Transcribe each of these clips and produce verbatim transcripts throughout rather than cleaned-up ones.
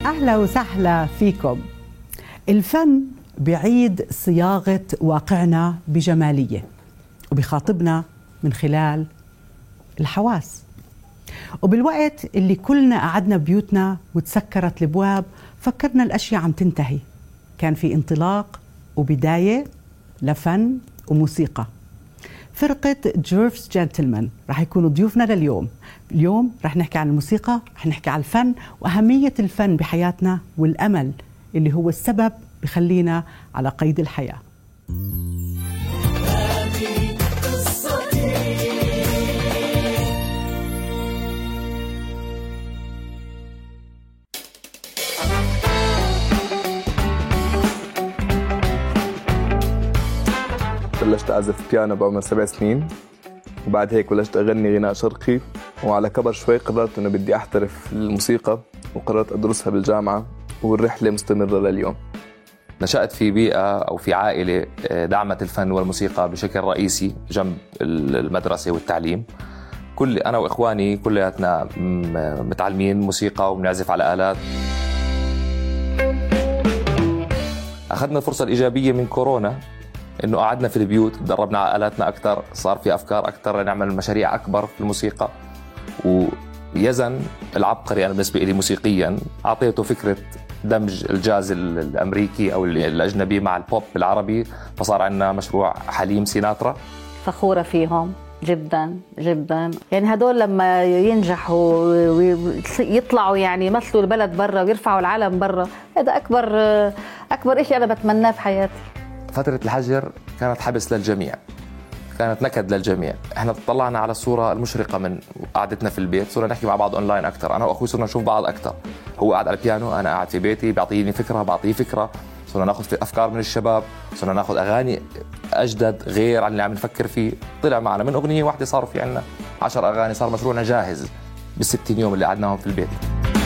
أهلا وسهلا فيكم. الفن بيعيد صياغة واقعنا بجمالية وبيخاطبنا من خلال الحواس، وبالوقت اللي كلنا قعدنا ببيوتنا وتسكرت الابواب فكرنا الاشياء عم تنتهي، كان في انطلاق وبدايه لفن وموسيقى. فرقه جيرفز جنتلمان رح يكونوا ضيوفنا لليوم. اليوم رح نحكي عن الموسيقى، رح نحكي عن الفن واهميه الفن بحياتنا والامل اللي هو السبب بخلينا على قيد الحياه. بلشت أعزف بيانو بعمر سبع سنين، وبعد هيك بلشت أغني غناء شرقي، وعلى كبر شوي قررت إنه بدي أحترف الموسيقى وقررت أدرسها بالجامعة، والرحلة مستمرة لليوم. نشأت في بيئة أو في عائلة دعمت الفن والموسيقى بشكل رئيسي جنب المدرسة والتعليم. كل أنا وإخواني كلياتنا متعلمين موسيقى وبنعزف على آلات. أخذنا الفرصة الإيجابية من كورونا إنه قعدنا في البيوت، دربنا على آلاتنا أكثر، صار في أفكار أكثر نعمل مشاريع أكبر في الموسيقى. ويزن العبقري أنا بالنسبة لي موسيقيا أعطيته فكرة دمج الجاز الأمريكي أو الأجنبي مع البوب العربي، فصار عندنا مشروع حليم سيناترا. فخورة فيهم جدا جدا، يعني هدول لما ينجحوا ويطلعوا يعني يمثلوا البلد برا ويرفعوا العالم برا، هذا أكبر أكبر إشي أنا بتمناه في حياتي. فترة الحجر كانت حبس للجميع، كانت نكد للجميع. احنا طلعنا على الصورة المشرقة من قعدتنا في البيت، صرنا نحكي مع بعض اونلاين اكثر، انا واخوي صرنا نشوف بعض اكثر. هو قاعد على البيانو، انا قاعد في بيتي، بيعطيني فكرة بعطيه فكرة، صرنا ناخذ في افكار من الشباب، صرنا ناخذ اغاني اجدد غير عن اللي عم نفكر فيه. طلع معنا من اغنية واحدة صاروا في عنا عشر اغاني، صار مشروعنا جاهز بالستين يوم اللي قعدناهم في البيت.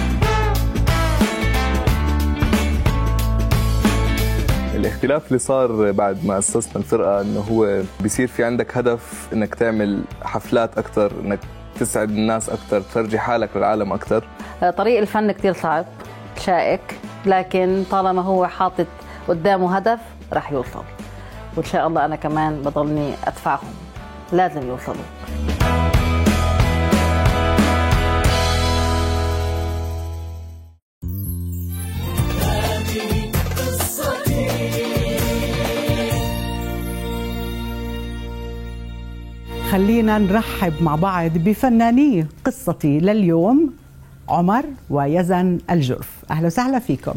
الاختلاف اللي صار بعد ما أسسنا الفرقة إنه هو بيصير في عندك هدف إنك تعمل حفلات أكتر، إنك تسعد الناس أكتر، تفرجي حالك للعالم أكتر. طريق الفن كتير صعب شائك، لكن طالما هو حاطط قدامه هدف رح يوصل، وإن شاء الله أنا كمان بضلني أدفعهم، لازم يوصلوا. خلينا نرحب مع بعض بفناني قصتي لليوم، عمر ويزن الجرف. أهلا وسهلا فيكم.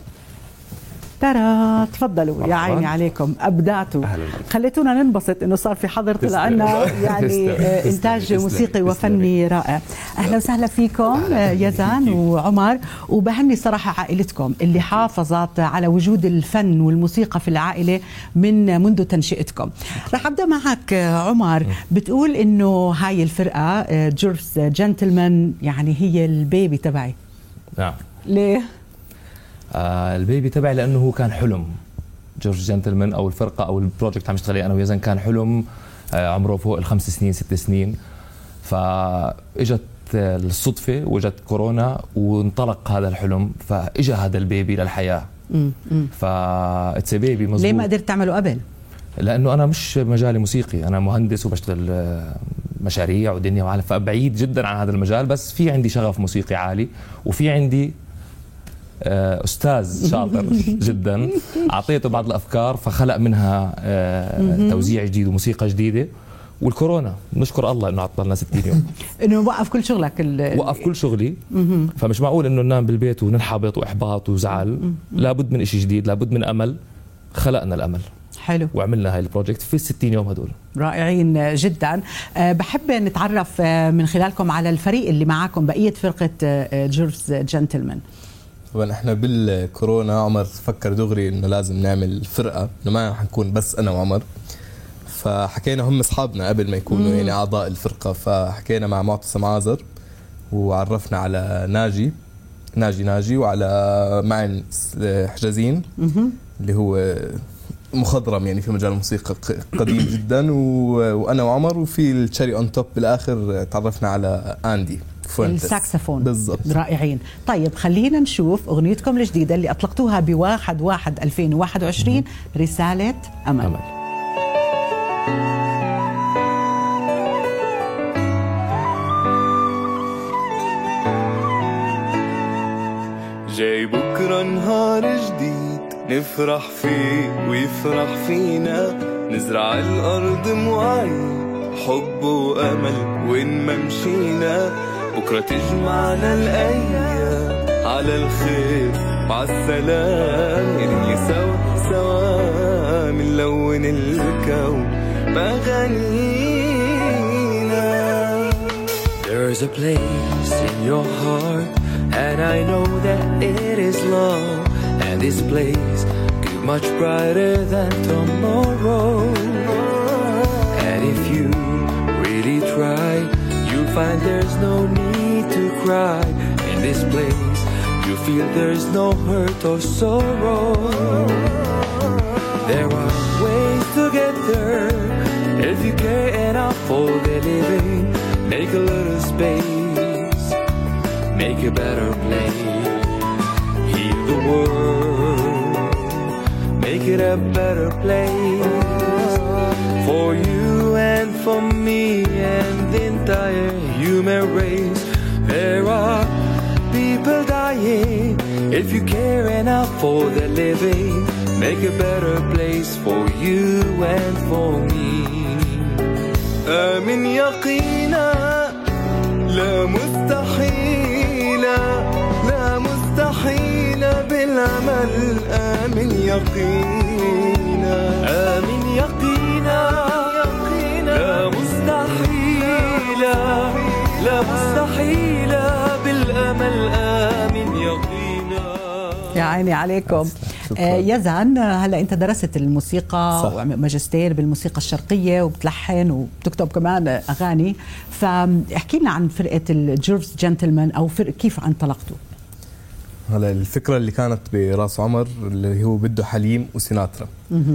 ترى تفضلوا. يا عيني عليكم، أبدعتوا، خليتونا ننبسط إنه صار في حضر، طلع لنا يعني إنتاج موسيقي وفني رائع. أهلا وسهلا فيكم يزن وعمر، وبهني صراحة عائلتكم اللي حافظت على وجود الفن والموسيقى في العائلة من منذ تنشئتكم. رح أبدأ معك عمر، بتقول إنه هاي الفرقة جيرفز جنتلمان يعني هي البيبي تبعي. نعم. ليه؟ آه البيبي تبعي لأنه هو كان حلم. جيرفز جنتلمان أو الفرقة أو البروجكت عم نشتغل أنا ويزن كان حلم آه عمره فوق الخمس سنين ست سنين، فإجت الصدفة وجت كورونا وانطلق هذا الحلم، فإجا هذا البيبي للحياة. فإتس بيبي مزبوط. ليه ما قدرت تعمله قبل؟ لأنه أنا مش مجالي موسيقي، أنا مهندس وبشتغل مشاريع ودنيا وعالم، فبعيد جدا عن هذا المجال، بس في عندي شغف موسيقي عالي وفي عندي أستاذ شاطر جدا أعطيته بعض الأفكار فخلق منها توزيع جديد وموسيقى جديدة. والكورونا نشكر الله إنه عطلنا ستين يوم إنه وقف كل شغلك. وقف كل شغلي، فمش معقول إنه ننام بالبيت وننحبط وإحباط وزعل. لابد من إشي جديد، لابد من أمل. خلقنا الأمل. حلو. وعملنا هاي البروجكت في الستين يوم هدول. رائعين جدا. بحب نتعرف من خلالكم على الفريق اللي معاكم، بقية فرقة جيرفز جنتلمان. طبعا احنا بالكورونا عمر فكر دغري انه لازم نعمل فرقه، انه ما حنكون بس انا وعمر، فحكينا هم اصحابنا قبل ما يكونوا مم. يعني اعضاء الفرقه، فحكينا مع معتصم عازر وعرفنا على ناجي ناجي ناجي وعلى معن حجازين مم. اللي هو مخضرم يعني في مجال الموسيقى قديم جدا، وانا وعمر، وفي التشيري اون توب بالاخر تعرفنا على اندي فوينتس. الساكسفون بالضبط. رائعين. طيب خلينا نشوف أغنيتكم الجديدة اللي أطلقتوها بواحد واحد ألفين وواحد وعشرين، رسالة أمل, أمل. جاي بكرة نهار جديد نفرح فيه ويفرح فينا، نزرع الأرض مواعيد حب وأمل وين ما مشينا، بكرة تجمعنا الأيام على الخير وعالسلام، نرمي سوا سوا منلون الكون بأغانينا. There's a place in your heart and I know that it is love, and this place is much brighter than tomorrow. And if you really try, you'll find there's no need to cry. In this place, you feel there's no hurt or sorrow. There are ways to get there if you care enough for the living. Make a little space, make a better place. Heal the world, make it a better place for you and for me and the entire human race. There are people dying. If you care enough for the living, make a better place for you and for me. آمن يقينا لا مستحيل، لا مستحيل بالعمل. آمن يقينا، آمن يقينا، لا مستحيل، لا مستحيل بالأمل. آمن يقينا. يا عيني عليكم. آه يزن، هلا انت درست الموسيقى وماجستير بالموسيقى الشرقيه وبتلحن وبتكتب كمان اغاني، فاحكي لنا عن فرقه الجيرفز جنتلمان او فرق كيف انطلقتوا؟ هلا الفكره اللي كانت براس عمر اللي هو بده حليم وسيناترا،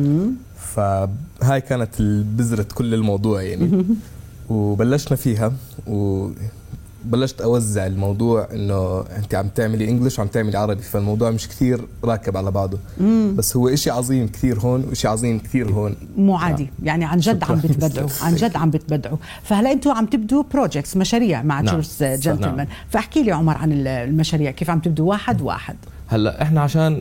فهاي كانت بذره كل الموضوع يعني. وبلشنا فيها وبلشت اوزع الموضوع انه انت عم تعملي انجلش وعم تعملي عربي، فالموضوع مش كثير راكب على بعضه. مم. بس هو إشي عظيم كثير هون وإشي عظيم كثير هون، مو عادي نعم. يعني عن جد عم بتبدعوا، عن جد عم بتبدعوا. فهلا انتم عم تبدوا بروجكتس، مشاريع مع جيرفز نعم. جنتلمان. نعم. فاحكي لي عمر عن المشاريع، كيف عم تبدوا واحد واحد؟ هلا احنا عشان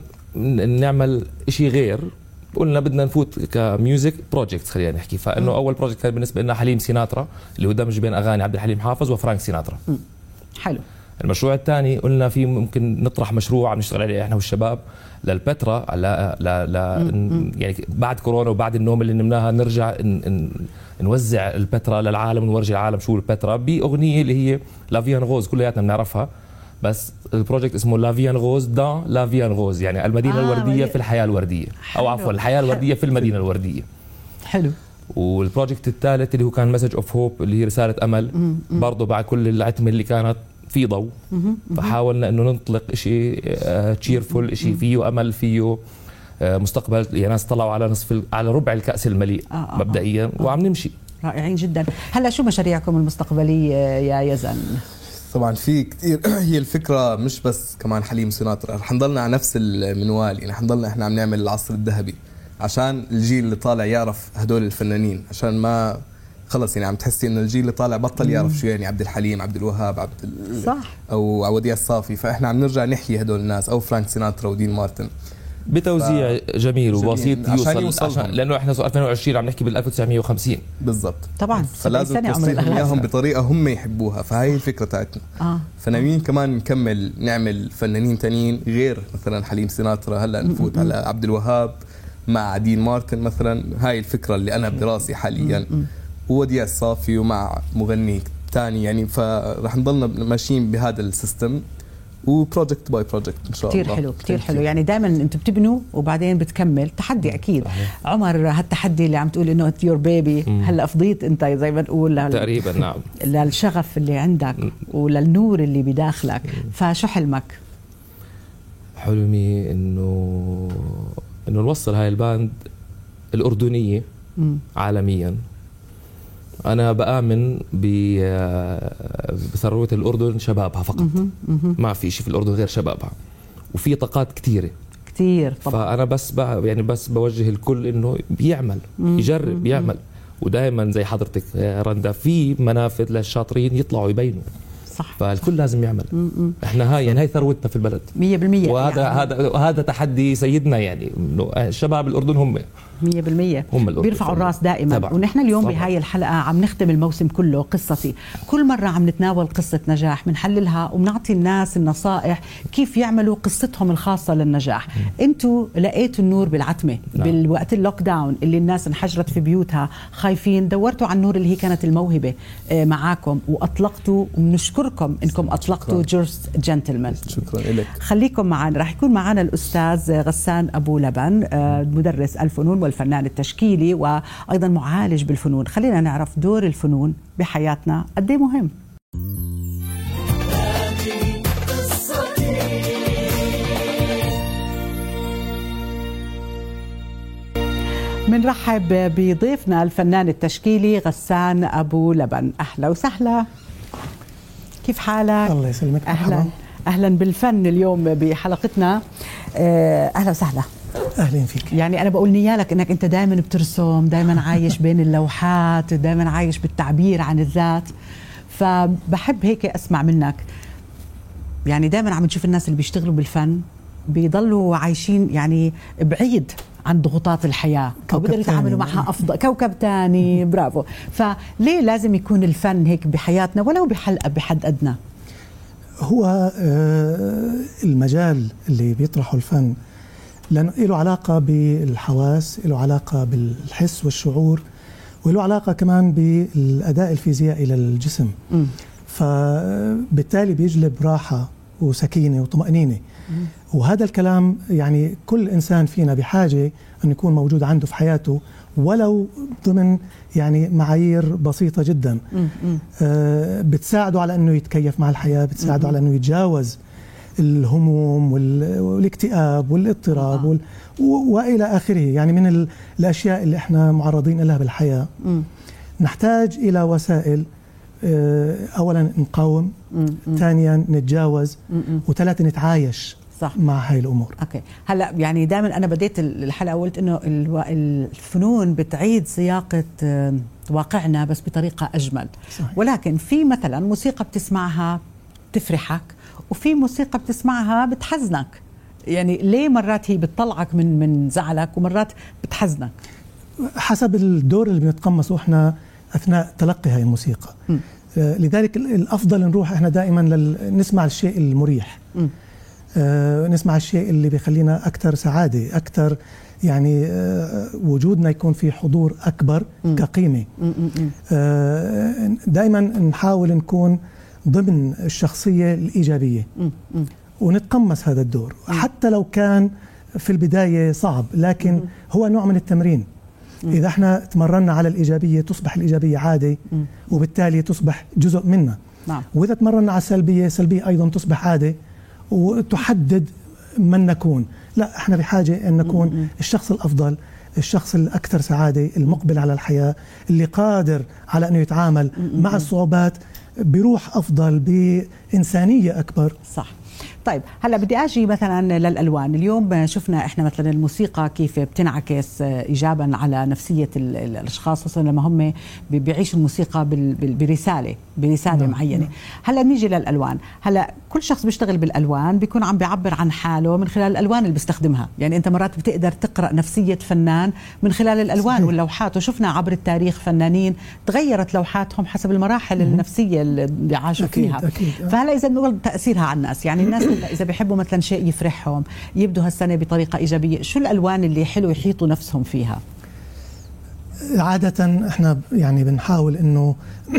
نعمل إشي غير قلنا بدنا نفوت كميوزك بروجكت، خلينا نحكي. فانه اول بروجكت كان بالنسبه لنا حليم سيناترا اللي هو دمج بين اغاني عبد الحليم حافظ وفرانك سيناترا. م. حلو. المشروع الثاني قلنا في ممكن نطرح مشروع عم نشتغل عليه احنا والشباب للبتراء، لا لا لا يعني بعد كورونا وبعد النوم اللي نمناها نرجع ن نوزع البتراء للعالم ونورجي العالم شو البتراء باغنيه اللي هي لافيان غوز كلياتنا بنعرفها. بس البروجكت اسمه لافيان غوز دا لافيان غوز، يعني المدينه آه الورديه في الحياه الورديه، او عفوا الحياه الورديه في المدينه الورديه. حلو. والبروجكت الثالث اللي هو كان مسج اوف هوب اللي هي رساله امل، برضه بعد كل العتمه اللي كانت في ضوء، فحاولنا انه ننطلق شيء تشيرفول، شيء فيه امل، فيه مستقبل. يعني ناس طلعوا على نصف على ربع الكاس المليء آه آه مبدئيا آه وعم نمشي. رائعين جدا. هلا شو مشاريعكم المستقبليه يا يزن؟ طبعا في كثير. هي الفكره مش بس كمان حليم سيناترا، رح نضلنا على نفس المنوال، يعني حنضلنا احنا عم نعمل العصر الذهبي عشان الجيل اللي طالع يعرف هدول الفنانين، عشان ما خلص يعني عم تحسي انه الجيل اللي طالع بطل يعرف شو يعني عبد الحليم، عبد الوهاب، عبد ال... صح، او عودية الصافي. فاحنا عم نرجع نحيي هدول الناس، او فرانك سيناترا ودين مارتن بتوزيع ف... جميل وبسيط يوصل, عشان يوصل عشان لانه احنا ألفين وعشرين عم نحكي بال ألف وتسعمية وخمسين بالضبط. طبعا فلازم توصلهم اياهم بطريقه هم يحبوها، فهي الفكره تاعتنا. آه. فناويين كمان نكمل نعمل فنانين تانيين غير مثلا حليم سيناترا، هلا نفوت على عبد الوهاب مع دين مارتن مثلا. هاي الفكره اللي انا براسي حاليا، ووديع الصافي ومع مغني ثاني يعني. فرح نضلنا ماشيين بهذا السيستم وبروجكت باي بروجكت ان شاء كتير الله. كثير حلو كثير حلو. يعني دائما انتم بتبنوا وبعدين بتكمل. تحدي اكيد. صحيح. عمر، هالتحدي اللي عم تقول انه يور بيبي، هلا فضيت انت زي ما نقول لل... تقريبا نعم للشغف اللي عندك وللنور اللي بداخلك. فشو حلمك؟ حلمي انه انه نوصل هاي الباند الاردنيه مم. عالميا. انا بآمن بثروة الأردن شبابها فقط. ما في شيء في الأردن غير شبابها، وفي طاقات كثيرة كثير طبعا. فأنا بس يعني بس بوجه الكل إنه بيعمل يجرب يعمل، ودائما زي حضرتك يا رندا في منافذ للشاطرين يطلعوا يبينوا. صح. فالكل لازم يعمل. م-م. احنا هاي يعني هاي ثروتنا في البلد مية بالمية. وهذا يعني هذا هذا تحدي سيدنا، يعني انه شباب الأردن هم مية بالمية هم الأردن بيرفعوا الراس دائما طبعا. ونحن اليوم طبعا. بهاي الحلقة عم نختم الموسم كله قصتي، كل مرة عم نتناول قصة نجاح بنحللها وبنعطي الناس النصائح كيف يعملوا قصتهم الخاصة للنجاح. م. انتوا لقيتوا النور بالعتمة. نعم. بالوقت اللوك داون اللي الناس انحجرت في بيوتها خايفين، دورتوا على النور اللي هي كانت الموهبة معاكم وأطلقتوا، وبنشكركم انكم اطلقتوا جورج جنتلمان. شكرا لك. خليكم معنا، راح يكون معنا الأستاذ غسان أبو لبن، مدرس الفنون والفنان التشكيلي وأيضا معالج بالفنون. خلينا نعرف دور الفنون بحياتنا قد ايه مهم. بنرحب بضيفنا الفنان التشكيلي غسان أبو لبن. أهلا وسهلا، كيف حالك؟ الله يسلمك. أهلا أهلا بالفن اليوم بحلقتنا. أهلا وسهلا. أهلا فيك. يعني أنا بقول نيالك إنك أنت دائما بترسم، دائما عايش بين اللوحات، دائما عايش بالتعبير عن الذات، فبحب هيك أسمع منك. يعني دائما عم نشوف الناس اللي بيشتغلوا بالفن بيضلوا عايشين يعني بعيد عن ضغوطات الحياة أو بيقدروا يتعاملوا معها أفضل، كوكب تاني. برافو. فليه لازم يكون الفن هيك بحياتنا ولو بحلقة بحد أدنى؟ هو المجال اللي بيطرحه الفن لأنه له علاقة بالحواس، له علاقة بالحس والشعور، وله علاقة كمان بالأداء الفيزيائي للجسم. م. فبالتالي بيجلب راحة وسكينة وطمأنينة. وهذا الكلام يعني كل إنسان فينا بحاجة أن يكون موجود عنده في حياته ولو ضمن يعني معايير بسيطة جدا. آه بتساعده على أنه يتكيف مع الحياة، بتساعده على أنه يتجاوز الهموم والاكتئاب والاضطراب وال... وإلى آخره. يعني من الأشياء اللي احنا معرضين لها بالحياة. م. نحتاج إلى وسائل أولا نقاوم، ثانيا نتجاوز، وثلاثة نتعايش صح مع هاي الأمور. أوكي. هلا يعني دائما أنا بديت الحلقة وقلت إنه الفنون بتعيد صياغة واقعنا بس بطريقة أجمل. صحيح. ولكن في مثلا موسيقى بتسمعها بتفرحك وفي موسيقى بتسمعها بتحزنك. يعني ليه مرات هي بتطلعك من من زعلك ومرات بتحزنك؟ حسب الدور اللي بنتقمصه احنا أثناء تلقي هاي الموسيقى. م. لذلك الأفضل نروح احنا دائما لل... نسمع الشيء المريح. م. آه نسمع الشيء اللي بيخلينا أكثر سعادة، أكثر يعني آه وجودنا يكون في حضور أكبر م. كقيمة. آه دائما نحاول نكون ضمن الشخصية الإيجابية. م. م. ونتقمص هذا الدور. م. حتى لو كان في البداية صعب، لكن م. هو نوع من التمرين. م. إذا احنا تمرنا على الإيجابية تصبح الإيجابية عادة، م. وبالتالي تصبح جزء منا. نعم. وإذا تمرنا على السلبية، السلبية أيضا تصبح عادة وتحدد من نكون. لا، احنا بحاجة أن نكون م. الشخص الأفضل، الشخص الأكثر سعادة، المقبل على الحياة، اللي قادر على أنه يتعامل م. مع الصعوبات بروح أفضل، بإنسانية أكبر. صح. طيب هلا بدي اجي مثلا للالوان. اليوم شفنا احنا مثلا الموسيقى كيف بتنعكس ايجابا على نفسيه الاشخاص، خصوصا لما هم بيعيشوا الموسيقى برساله برساله نعم. معينه. هلا نيجي للالوان. هلا كل شخص بيشتغل بالالوان بيكون عم بيعبر عن حاله من خلال الالوان اللي بيستخدمها. يعني انت مرات بتقدر تقرا نفسيه فنان من خلال الالوان صحيح. واللوحات. وشفنا عبر التاريخ فنانين تغيرت لوحاتهم حسب المراحل مم. النفسيه اللي عاشوا أكيد فيها. أكيد. فهلا اذا نقول تاثيرها على الناس، يعني الناس إذا بيحبوا مثلا شيء يفرحهم، يبدوا هالسنة بطريقة إيجابية، شو الألوان اللي حلو يحيطوا نفسهم فيها؟ عادة احنا يعني بنحاول إنه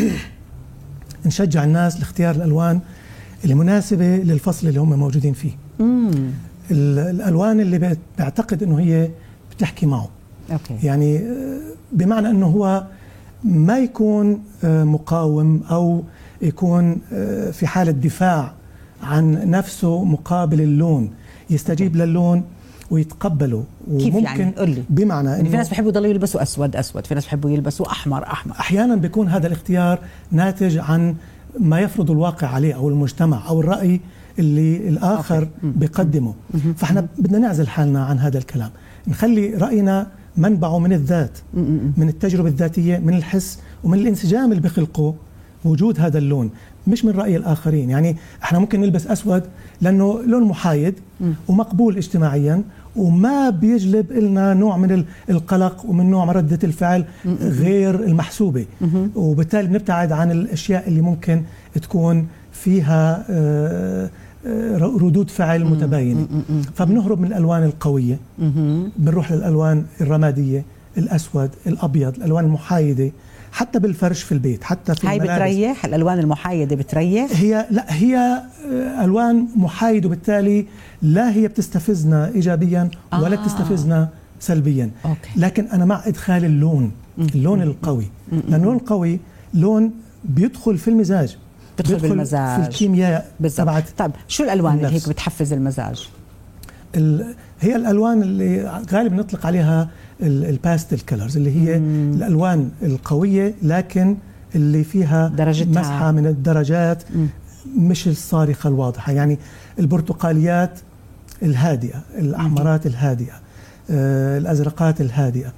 نشجع الناس لاختيار الألوان اللي مناسبة للفصل اللي هم موجودين فيه. مم. الألوان اللي بعتقد إنه هي بتحكي معه. أوكي. يعني بمعنى إنه هو ما يكون مقاوم أو يكون في حالة دفاع عن نفسه مقابل اللون، يستجيب للون ويتقبلوا. كيف وممكن يعني؟ قل لي. بمعنى يعني في ناس بيحبوا يضلوا يلبسوا اسود اسود، في ناس بيحبوا يلبسوا احمر احمر. احيانا بيكون هذا الاختيار ناتج عن ما يفرض الواقع عليه او المجتمع او الراي اللي الاخر أوكي. بيقدمه. فاحنا بدنا نعزل حالنا عن هذا الكلام، نخلي راينا منبعه من الذات، من التجربه الذاتيه، من الحس ومن الانسجام اللي بخلقه وجود هذا اللون، مش من رأي الآخرين. يعني احنا ممكن نلبس أسود لأنه لون محايد ومقبول اجتماعيا وما بيجلب لنا نوع من القلق ومن نوع من ردة الفعل غير المحسوبة، وبالتالي بنبتعد عن الأشياء اللي ممكن تكون فيها ردود فعل متباينة. فبنهرب من الألوان القوية، بنروح للألوان الرمادية، الأسود، الأبيض، الألوان المحايدة، حتى بالفرش في البيت، حتى في هاي الملابس. بتريح الالوان المحايده بتريح. هي لا هي الوان محايده، وبالتالي لا هي بتستفزنا ايجابيا ولا آه. بتستفزنا سلبيا. أوكي. لكن انا مع ادخال اللون، اللون القوي، لان اللون القوي لون بيدخل في المزاج، بيدخل بالمزاج، في الكيمياء تبعت. طيب شو الالوان اللي النفس. هيك بتحفز المزاج؟ هي الالوان اللي غالبا نطلق عليها الباستل كلرز، اللي هي مم. الالوان القويه لكن اللي فيها درجتها. مسحه من الدرجات، مم. مش الصارخه الواضحه. يعني البرتقاليات الهادئه، الاحمرات مم. الهادئه، آه الازرقات الهادئه،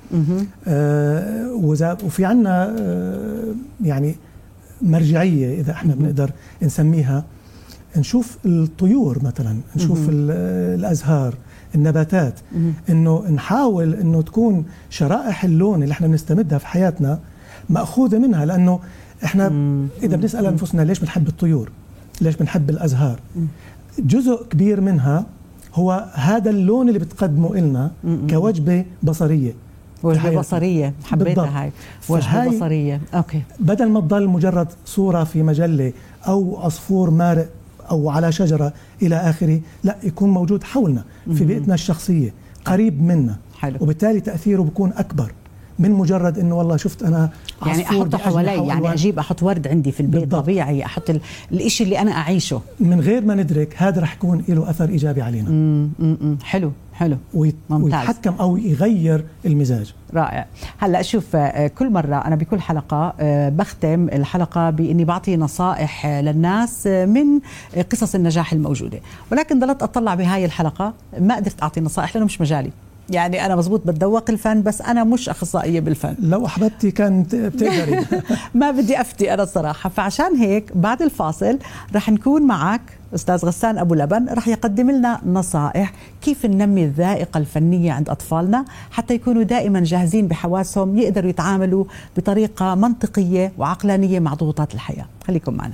آه وفي عندنا آه يعني مرجعيه اذا احنا مم. بنقدر نسميها، نشوف الطيور مثلا، نشوف الازهار، النباتات، مم. انه نحاول انه تكون شرائح اللون اللي احنا بنستمدها في حياتنا ماخوذه منها. لانه احنا مم. اذا بنسال انفسنا ليش بنحب الطيور، ليش بنحب الازهار، مم. جزء كبير منها هو هذا اللون اللي بتقدمه لنا كوجبه بصريه. وجبه بصريه حبيتها هاي وجبه بصريه. اوكي، بدل ما تضل مجرد صوره في مجله او عصفور مارق أو على شجرة إلى آخره، لا يكون موجود حولنا في بيئتنا الشخصية، قريب منا. حلو. وبالتالي تأثيره بيكون أكبر من مجرد إنه والله شفت أنا يعني أحطه حوالي، يعني أجيب أحط ورد عندي في البيت بالضبط. طبيعي أحط الإشي اللي أنا أعيشه من غير ما ندرك، هذا رح يكون له أثر إيجابي علينا. مم مم حلو حلو ويتحكم أو يغير المزاج. رائع. هلا شوف، كل مرة أنا بكل حلقة بختم الحلقة بإني بعطي نصائح للناس من قصص النجاح الموجودة، ولكن ضلت أطلع بهاي الحلقة ما قدرت أعطي نصائح لأنه مش مجالي. يعني أنا مزبوط بتذوق الفن بس أنا مش أخصائية بالفن. لو أحببتي كانت بتقدري. ما بدي أفتي أنا الصراحة. فعشان هيك بعد الفاصل رح نكون معك أستاذ غسان أبو لبن، رح يقدم لنا نصائح كيف ننمي الذائقة الفنية عند أطفالنا حتى يكونوا دائما جاهزين بحواسهم، يقدروا يتعاملوا بطريقة منطقية وعقلانية مع ضغوطات الحياة. خليكم معنا.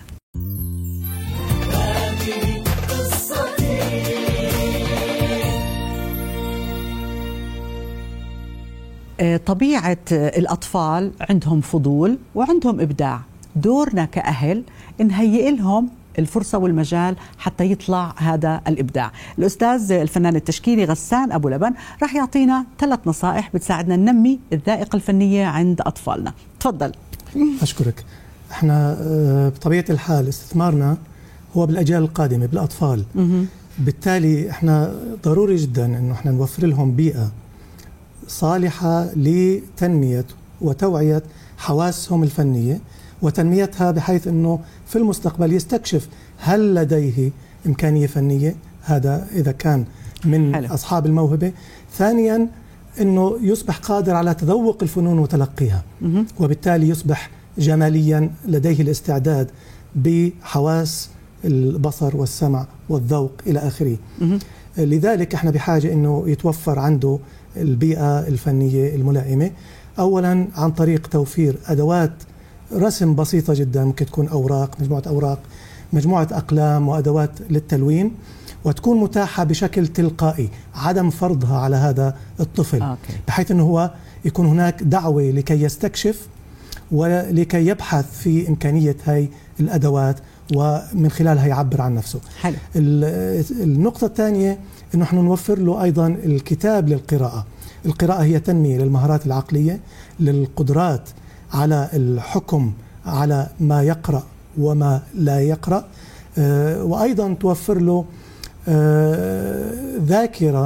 طبيعة الأطفال عندهم فضول وعندهم إبداع، دورنا كأهل نهيئ لهم الفرصة والمجال حتى يطلع هذا الإبداع. الأستاذ الفنان التشكيلي غسان أبو لبن راح يعطينا ثلاث نصائح بتساعدنا ننمي الذائقة الفنية عند أطفالنا. تفضل. أشكرك. احنا بطبيعة الحال استثمارنا هو بالأجيال القادمة، بالأطفال. بالتالي احنا ضروري جدا انه احنا نوفر لهم بيئة صالحة لتنمية وتوعية حواسهم الفنية وتنميتها، بحيث أنه في المستقبل يستكشف هل لديه إمكانية فنية، هذا إذا كان من حلو. أصحاب الموهبة. ثانيا أنه يصبح قادر على تذوق الفنون وتلقيها، وبالتالي يصبح جماليا، لديه الاستعداد بحواس البصر والسمع والذوق إلى آخره. لذلك احنا بحاجة أنه يتوفر عنده البيئة الفنية الملائمة، أولا عن طريق توفير أدوات رسم بسيطة جدا، ممكن تكون أوراق، مجموعة أوراق، مجموعة أقلام وأدوات للتلوين، وتكون متاحة بشكل تلقائي، عدم فرضها على هذا الطفل. أوكي. بحيث أنه هو يكون هناك دعوة لكي يستكشف ولكي يبحث في إمكانية هاي الأدوات ومن خلالها يعبر عن نفسه. حلو. النقطة الثانية أنه نحن نوفر له أيضا الكتاب للقراءة. القراءة هي تنمية للمهارات العقلية، للقدرات على الحكم على ما يقرأ وما لا يقرأ، آه وأيضا توفر له آه ذاكرة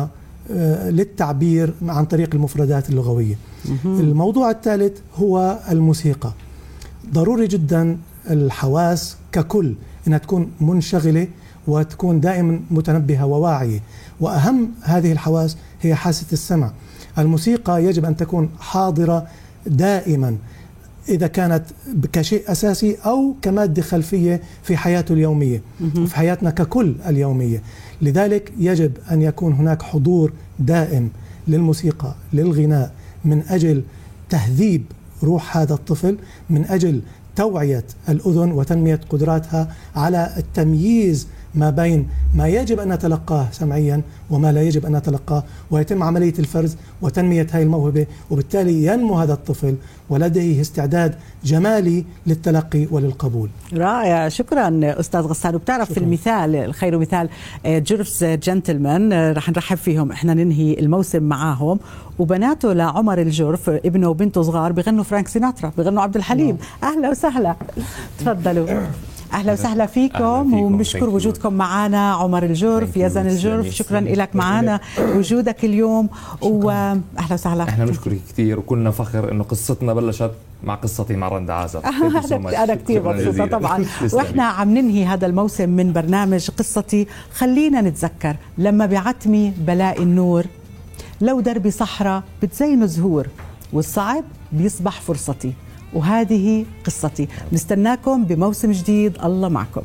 للتعبير عن طريق المفردات اللغوية. الموضوع الثالث هو الموسيقى. ضروري جدا الحواس ككل أنها تكون منشغلة وتكون دائما متنبهة وواعية، وأهم هذه الحواس هي حاسة السمع. الموسيقى يجب أن تكون حاضرة دائما، إذا كانت كشيء أساسي أو كمادة خلفية في حياته اليومية، في حياتنا ككل اليومية. لذلك يجب أن يكون هناك حضور دائم للموسيقى، للغناء، من أجل تهذيب روح هذا الطفل، من أجل توعية الأذن وتنمية قدراتها على التمييز ما بين ما يجب أن نتلقاه سمعيا وما لا يجب أن نتلقاه، ويتم عملية الفرز وتنمية هذه الموهبة، وبالتالي ينمو هذا الطفل ولديه استعداد جمالي للتلقي وللقبول. رائع، شكرا أستاذ غسان. وبتعرف شكرا. في المثال الخير مثال جيرفز جنتلمان، رح نرحب فيهم، احنا ننهي الموسم معاهم، وبناته لعمر الجرف ابنه وبنته صغار بغنوا فرانك سيناترا، بغنوا عبد الحليم. أهلا وسهلا، تفضلوا. أهلا وسهلا فيكم, وبنشكر وجودكم معنا. عمر الجرف، يزن الجرف، شكرا لك معنا وجودك اليوم، وأهلا وسهلا. احنا بنشكرك كثير، وكلنا فخر انه قصتنا بلشت مع قصتي مع رندا عازر. أنا كثير مبسوطة طبعا. وإحنا عم ننهي هذا الموسم من برنامج قصتي. خلينا نتذكر لما بعتمي بلاقي النور، لو دربي صحراء بتزينه زهور، والصعب بيصبح فرصتي، وهذه قصتي. نستناكم بموسم جديد، الله معكم.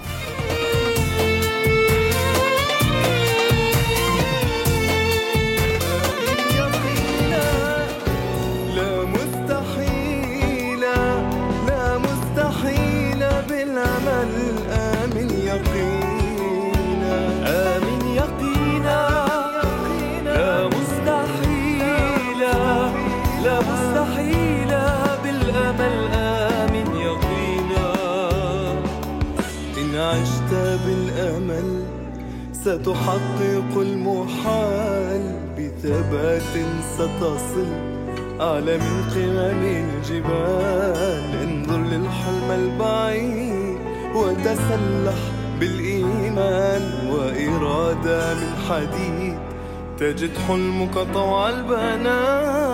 لا مستحيل لا مستحيل بالعمل، آمن يقينا آمن يقينا. لا مستحيل لا مستحيل بالأمل، آمن يقينا. إن عشت بالأمل ستحقق المحال، بثبات ستصل أعلى من قمم الجبال. انظر للحلم البعيد وتسلح بالإيمان، وإرادة من حديد تجد حلمك طوع البنان.